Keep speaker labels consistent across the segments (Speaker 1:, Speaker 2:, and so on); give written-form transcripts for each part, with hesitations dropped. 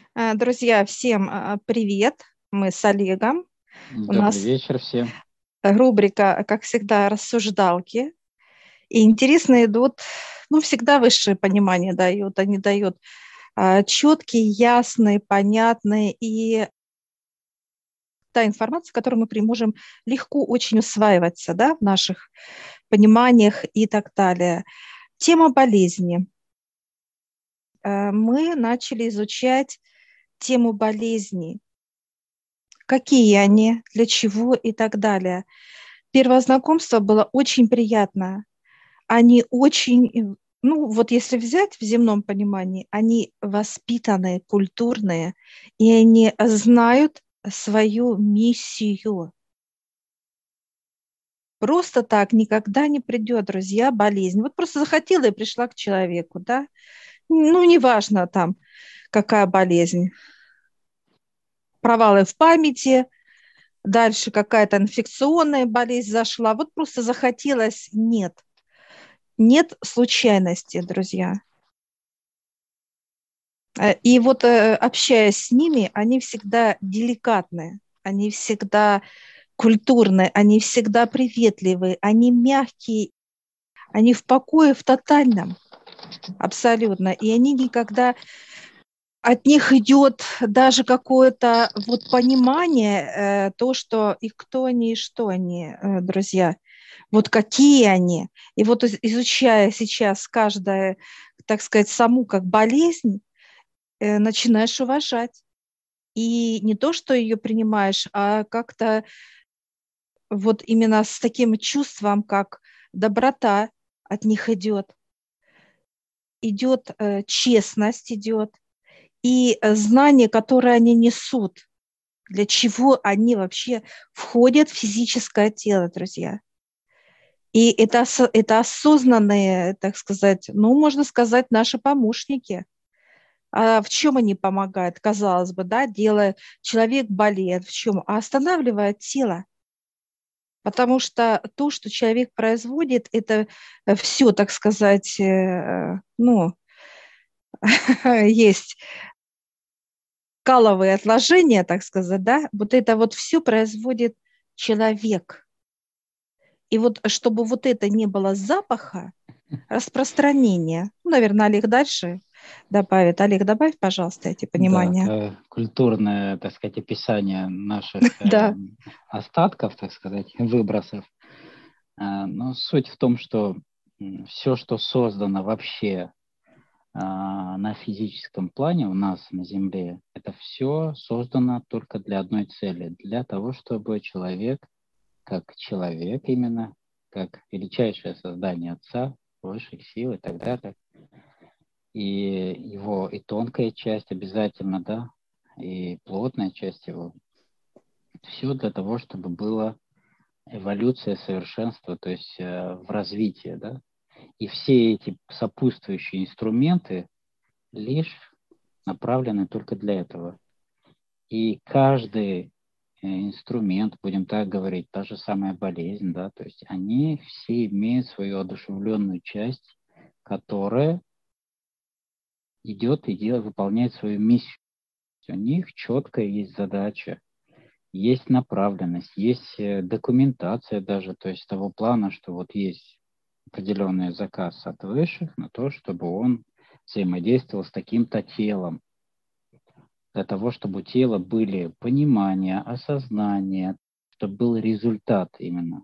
Speaker 1: Друзья, всем привет. Мы с Олегом. У
Speaker 2: Добрый
Speaker 1: нас
Speaker 2: вечер всем.
Speaker 1: рубрика, как всегда, рассуждалки. И интересно идут, ну, всегда высшее понимание дают. Они дают четкие, ясные, понятные и та информация, которую мы можем легко очень усваиваться, да, в наших пониманиях и так далее. Тема болезни. Мы начали изучать тему болезней. Какие они, для чего и так далее. Первое знакомство было очень приятно. Они очень, ну вот если взять в земном понимании, они воспитанные, культурные, и они знают свою миссию. Просто так никогда не придет, друзья, болезнь. Вот просто захотела и пришла к человеку, да? Ну, неважно там, какая болезнь. Провалы в памяти, дальше какая-то инфекционная болезнь зашла. Вот просто захотелось, нет. Нет случайности, друзья. И вот общаясь с ними, они всегда деликатные, они всегда культурные, они всегда приветливые, они мягкие, они в покое в тотальном абсолютно. И они никогда, от них идет даже какое-то вот понимание, то, что и кто они, и что они, друзья. Вот какие они. И вот изучая сейчас каждое, так сказать, саму как болезнь, начинаешь уважать. И не то, что ее принимаешь, а как-то вот именно с таким чувством, как доброта от них идет, идет честность, идет, и знание, которое они несут, для чего они вообще входят в физическое тело, друзья. И это осознанные, так сказать, ну, можно сказать, наши помощники. А в чем они помогают, казалось бы, да, делая, человек болеет, в чем? А останавливает тело. Потому что то, что человек производит, это все, так сказать, ну, есть каловые отложения, так сказать, да, вот это вот все производит человек. И вот чтобы вот это не было запаха, распространения, ну, наверное, Олег дальше добавит. Олег, добавь, пожалуйста, эти
Speaker 2: Да,
Speaker 1: понимания.
Speaker 2: это культурное, так сказать, описание наших
Speaker 1: Да.
Speaker 2: остатков, так сказать, выбросов. Но суть в том, что все, что создано вообще на физическом плане у нас на Земле, это все создано только для одной цели, для того, чтобы как человек именно, как величайшее создание Отца, высших сил и так далее, и его и тонкая часть обязательно, да, и плотная часть его. Все для того, чтобы была эволюция совершенства, то есть в развитии, да. И все эти сопутствующие инструменты лишь направлены только для этого. И каждый инструмент, будем так говорить, та же самая болезнь, да, то есть они все имеют свою одушевленную часть, которая идет и выполняет свою миссию. У них четкая есть задача, есть направленность, есть документация даже, то есть того плана, что вот есть определенный заказ от высших на то, чтобы он взаимодействовал с таким-то телом, для того, чтобы у тела были понимание, осознание, чтобы был результат именно.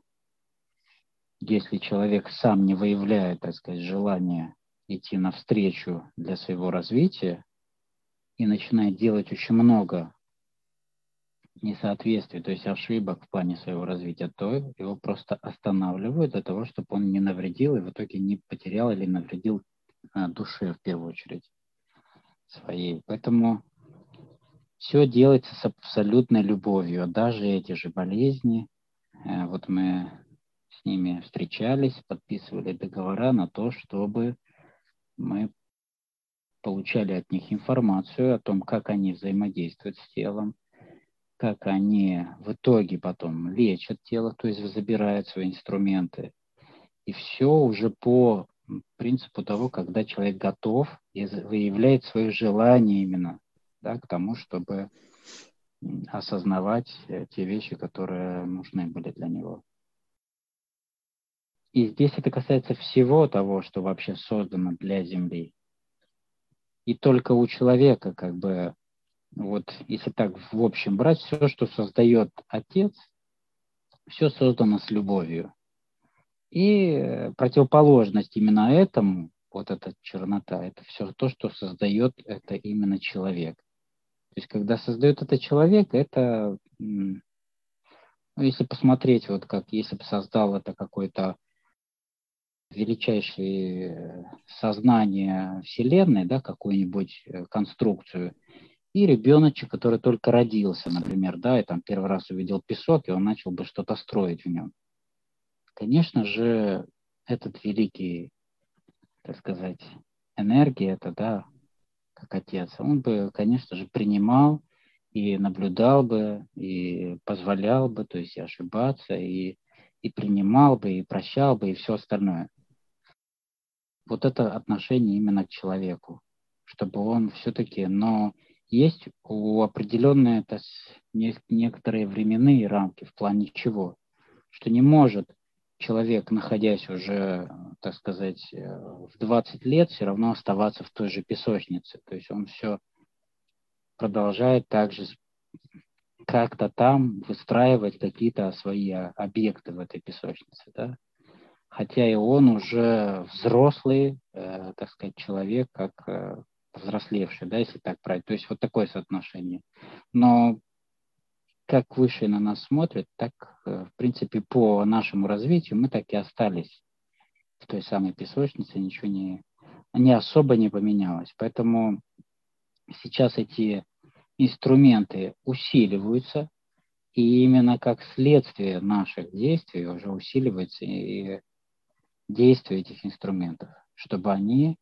Speaker 2: Если человек сам не выявляет, так сказать, желание идти навстречу для своего развития и начинает делать очень много несоответствий, то есть ошибок в плане своего развития, то его просто останавливают для того, чтобы он не навредил и в итоге не потерял или навредил душе в первую очередь своей. Поэтому все делается с абсолютной любовью. Даже эти же болезни, вот мы с ними встречались, подписывали договора на то, чтобы мы получали от них информацию о том, как они взаимодействуют с телом, как они в итоге потом лечат тело, то есть забирают свои инструменты. И все уже по принципу того, когда человек готов и выявляет свое желание именно да, к тому, чтобы осознавать те вещи, которые нужны были для него. И здесь это касается всего того, что вообще создано для Земли. И только у человека, как бы, вот если так в общем брать, все, что создает Отец, все создано с любовью. И противоположность именно этому, вот эта чернота, это все то, что создает это именно человек. То есть, когда создает это человек, это, ну, если посмотреть, вот как если бы создал это какой-то величайшее сознание Вселенной, да, какую-нибудь конструкцию, и ребеночек, который только родился, например, да, и там первый раз увидел песок, и он начал бы что-то строить в нем. Конечно же, этот великий, так сказать, энергия, это, да, как отец, он бы, конечно же, принимал и наблюдал бы, и позволял бы, то есть и ошибаться, и принимал бы, и прощал бы, и все остальное. Вот это отношение именно к человеку, чтобы он все-таки, но есть у определенные некоторые временные рамки в плане чего, что не может человек, находясь уже, так сказать, в 20 лет, все равно оставаться в той же песочнице. То есть он все продолжает также как-то там выстраивать какие-то свои объекты в этой песочнице, да? Хотя и он уже взрослый, так сказать, человек, как взрослевший, да, если так брать. То есть вот такое соотношение. Но как выше на нас смотрят, так, в принципе, по нашему развитию мы так и остались в той самой песочнице, ничего не особо не поменялось. Поэтому сейчас эти инструменты усиливаются, и именно как следствие наших действий уже усиливается и действие этих инструментов, чтобы они,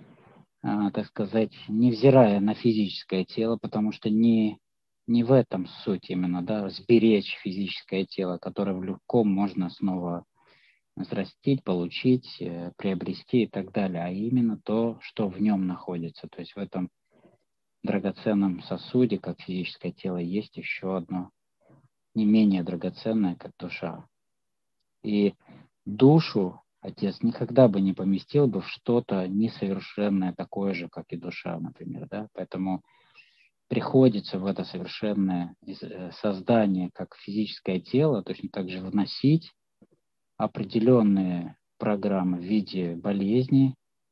Speaker 2: так сказать, невзирая на физическое тело, потому что не в этом суть именно, да, сберечь физическое тело, которое легко можно снова взрастить, получить, приобрести и так далее, а именно то, что в нем находится. То есть в этом драгоценном сосуде, как физическое тело, есть еще одно не менее драгоценное, как душа. И душу Отец никогда бы не поместил бы в что-то несовершенное, такое же, как и душа, например. Да? Поэтому приходится в это совершенное создание, как физическое тело, точно так же вносить определенные программы в виде болезней,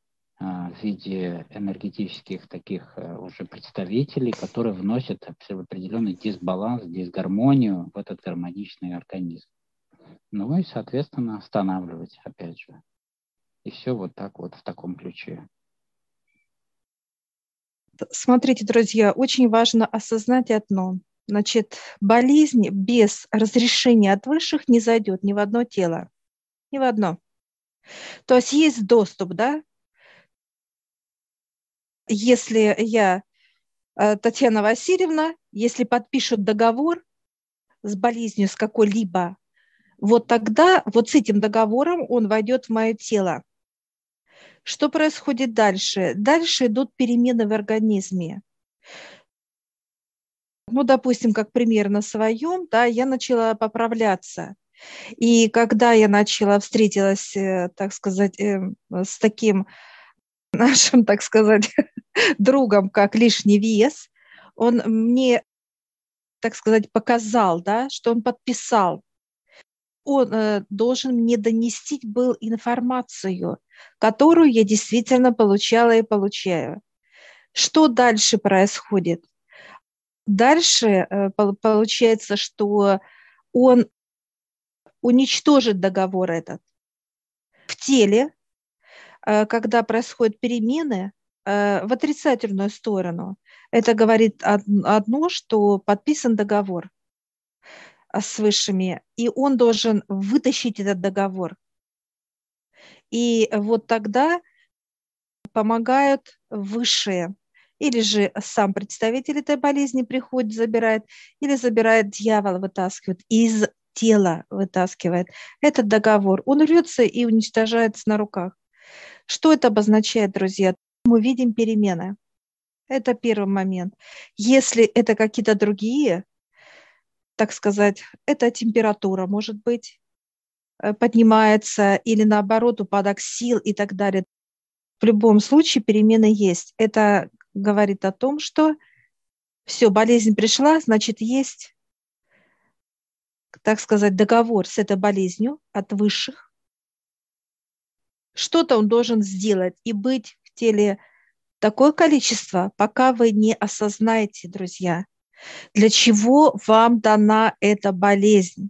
Speaker 2: в виде энергетических таких уже представителей, которые вносят определенный дисбаланс, дисгармонию в этот гармоничный организм. Ну и, соответственно, останавливать, опять же. И все вот так вот в таком ключе.
Speaker 1: Смотрите, друзья, очень важно осознать одно. Значит, болезнь без разрешения от высших не зайдет ни в одно тело. Ни в одно. То есть есть доступ, да? Если я, Татьяна Васильевна, если подпишут договор с болезнью, с какой-либо, вот тогда вот с этим договором он войдет в мое тело. Что происходит дальше? Дальше идут перемены в организме. Ну, допустим, как пример на своем, да, я начала поправляться. И когда я встретилась, так сказать, с таким нашим, так сказать, другом, как лишний вес, он мне, так сказать, показал, да, что он подписал. Он должен мне донести был информацию, которую я действительно получала и получаю. Что дальше происходит? Дальше получается, что он уничтожит договор этот. В теле, когда происходят перемены в отрицательную сторону, это говорит одно, что подписан договор с высшими, и он должен вытащить этот договор. И вот тогда помогают высшие. Или же сам представитель этой болезни приходит, забирает, или забирает дьявол, вытаскивает, из тела вытаскивает этот договор. Он рвется и уничтожается на руках. Что это обозначает, друзья? Мы видим перемены. Это первый момент. Если это какие-то другие, так сказать, это температура, может быть, поднимается или наоборот упадок сил и так далее. В любом случае перемены есть. Это говорит о том, что все, болезнь пришла, значит, есть, так сказать, договор с этой болезнью от высших. Что-то он должен сделать и быть в теле такое количество, пока вы не осознаете, друзья, для чего вам дана эта болезнь.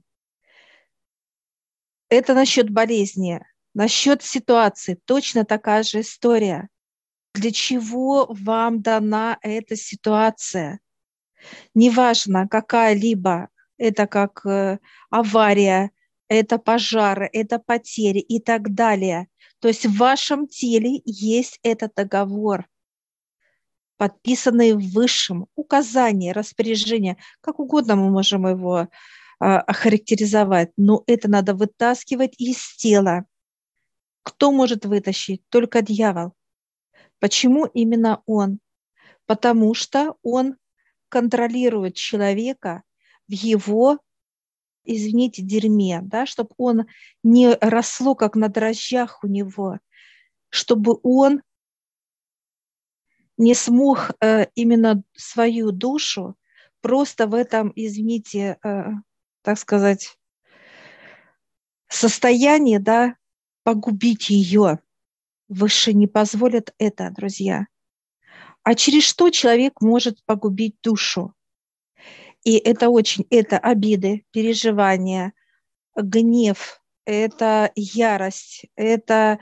Speaker 1: Это насчет болезни. Насчет ситуации точно такая же история. Для чего вам дана эта ситуация? Неважно, какая-либо, это как авария, это пожары, это потери и так далее. То есть в вашем теле есть этот договор, подписанный высшим, указание, распоряжение, как угодно мы можем его охарактеризовать, но это надо вытаскивать из тела. Кто может вытащить? Только дьявол. Почему именно он? Потому что он контролирует человека в его, извините, дерьме, да, чтобы он не росло, как на дрожжах у него, чтобы он не смог именно свою душу просто в этом, извините, так сказать, состоянии, да, погубить ее. Выше не позволят это, друзья. А через что человек может погубить душу? И это обиды, переживания, гнев, это ярость, это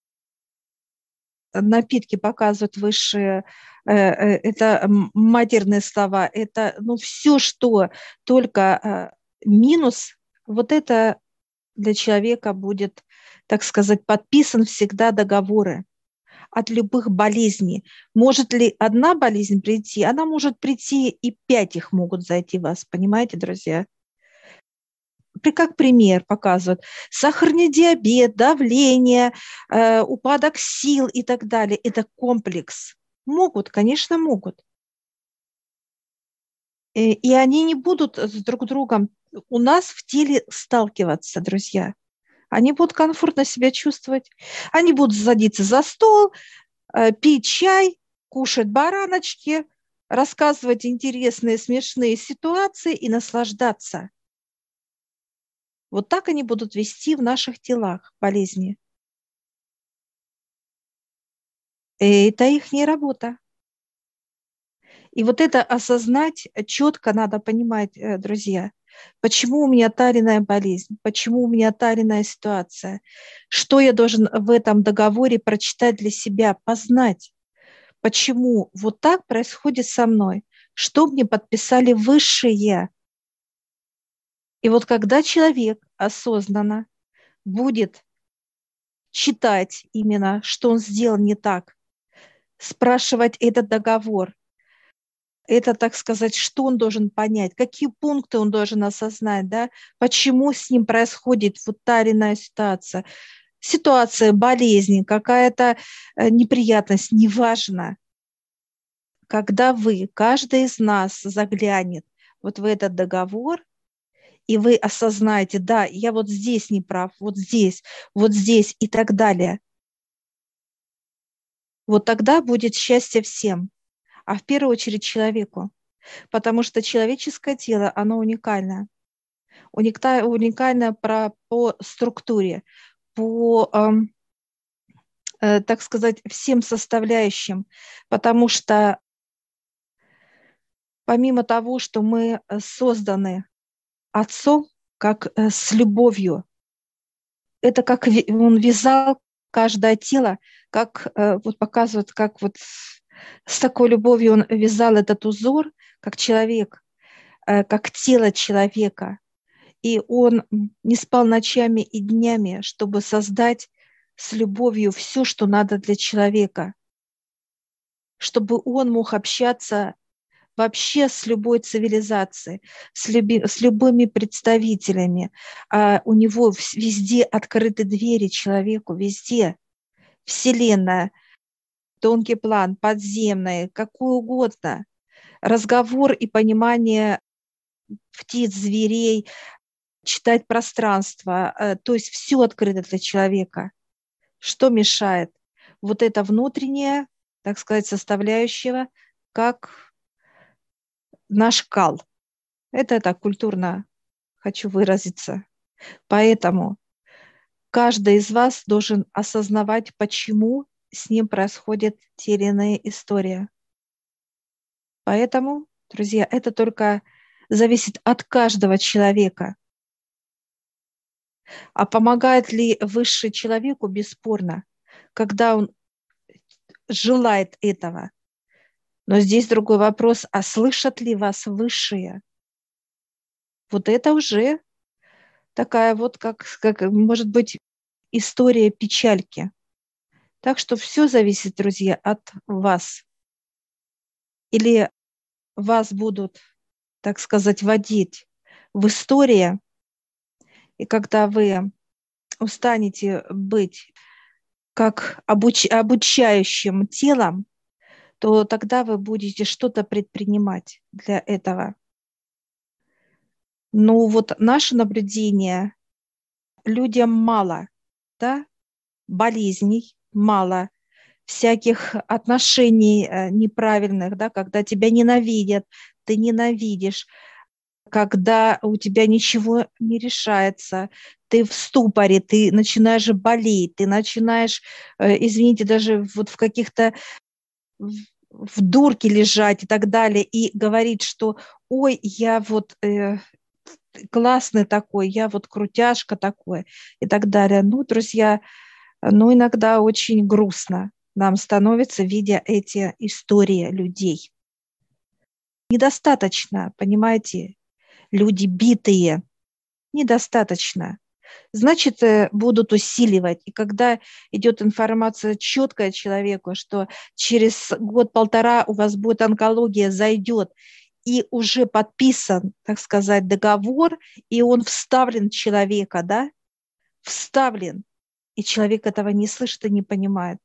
Speaker 1: напитки показывают высшие, это матерные слова, это все, что только минус, вот это для человека будет, так сказать, подписан всегда договоры от любых болезней. Может ли одна болезнь прийти? Она может прийти, и 5 их могут зайти в вас, понимаете, друзья? Как пример показывают. Сахарный диабет, давление, упадок сил и так далее. Это комплекс. Могут, конечно, могут. И они не будут с друг другом у нас в теле сталкиваться, друзья. Они будут комфортно себя чувствовать. Они будут садиться за стол, пить чай, кушать бараночки, рассказывать интересные, смешные ситуации и наслаждаться. Вот так они будут вести в наших телах болезни. И это их не работа. И вот это осознать четко надо понимать, друзья. Почему у меня та или иная болезнь? Почему у меня та или иная ситуация? Что я должен в этом договоре прочитать для себя, познать? Почему вот так происходит со мной? Что мне подписали высшие? И вот когда человек осознанно будет читать именно, что он сделал не так, спрашивать этот договор, это, так сказать, что он должен понять, какие пункты он должен осознать, да, почему с ним происходит вот та или иная ситуация, болезнь, какая-то неприятность, неважно. Когда каждый из нас заглянет вот в этот договор, и вы осознаете, да, я вот здесь не прав, вот здесь и так далее. Вот тогда будет счастье всем, а в первую очередь человеку, потому что человеческое тело, оно уникально. Уникально по структуре, по, так сказать, всем составляющим, потому что помимо того, что мы созданы Отцом, как с любовью, это как он вязал каждое тело, как вот показывает, как вот с такой любовью он вязал этот узор, как человек, как тело человека. И он не спал ночами и днями, чтобы создать с любовью все, что надо для человека, чтобы он мог общаться вообще с любой цивилизацией, с любыми представителями. У него везде открыты двери человеку, везде. Вселенная. тонкий план, подземный, какой угодно. Разговор и понимание птиц, зверей, читать пространство, то есть все открыто для человека. Что мешает? Вот это внутреннее, так сказать, составляющего, как наш кал. Это так культурно хочу выразиться. Поэтому каждый из вас должен осознавать, почему с ним происходит те или иные истории. Поэтому, друзья, это только зависит от каждого человека. А помогает ли высший человеку? Бесспорно, когда он желает этого. Но здесь другой вопрос, а слышат ли вас высшие? Вот это уже такая вот, как может быть, история печальки. Так что все зависит, друзья, от вас. Или вас будут, так сказать, водить в истории, и когда вы устанете быть как обучающим телом, то тогда вы будете что-то предпринимать для этого. Ну вот наше наблюдение, людям мало, да, болезней, мало всяких отношений неправильных, да, когда тебя ненавидят, ты ненавидишь, когда у тебя ничего не решается, ты в ступоре, ты начинаешь болеть, ты начинаешь, извините, даже вот в каких-то в дурке лежать и так далее, и говорить, что ой, я вот классный такой, я вот крутяшка такой и так далее. Ну, друзья, ну, иногда очень грустно нам становится, видя эти истории людей. Недостаточно, понимаете, люди битые, недостаточно. Значит, будут усиливать. И когда идет информация четкая человеку, что через год-полтора у вас будет онкология, зайдет, и уже подписан, так сказать, договор, и он вставлен в человека, да, вставлен, и человек этого не слышит и не понимает.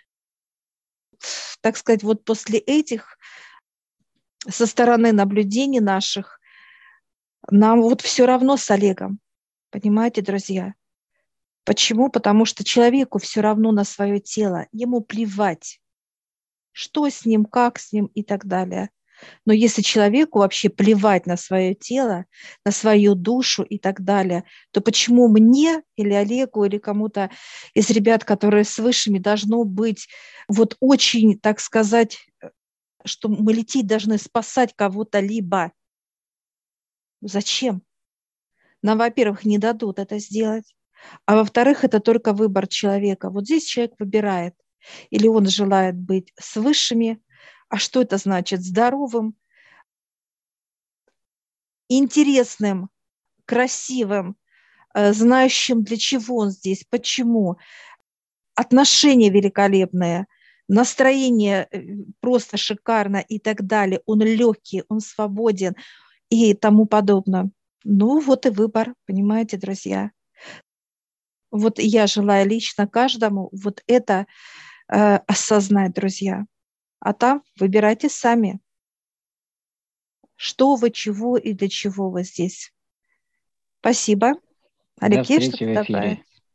Speaker 1: Так сказать, вот после этих, со стороны наблюдений наших, нам вот все равно с Олегом, понимаете, друзья? Почему? Потому что человеку все равно на свое тело, ему плевать, что с ним, как с ним и так далее. Но если человеку вообще плевать на свое тело, на свою душу и так далее, то почему мне или Олегу, или кому-то из ребят, которые с высшими, должно быть вот очень, так сказать, что мы лететь должны спасать кого-то либо? Зачем? Нам, во-первых, не дадут это сделать, а во-вторых, это только выбор человека. Вот здесь человек выбирает, или он желает быть с высшими. А что это значит? Здоровым, интересным, красивым, знающим, для чего он здесь, почему. Отношения великолепные, настроение просто шикарно и так далее. Он легкий, он свободен и тому подобное. Ну вот и выбор, понимаете, друзья. Вот я желаю лично каждому вот это осознать, друзья. А там выбирайте сами, что вы, чего и для чего вы здесь. Спасибо.
Speaker 2: До
Speaker 1: Олег, есть
Speaker 2: встречи
Speaker 1: что-то
Speaker 2: в эфире.
Speaker 1: добавить?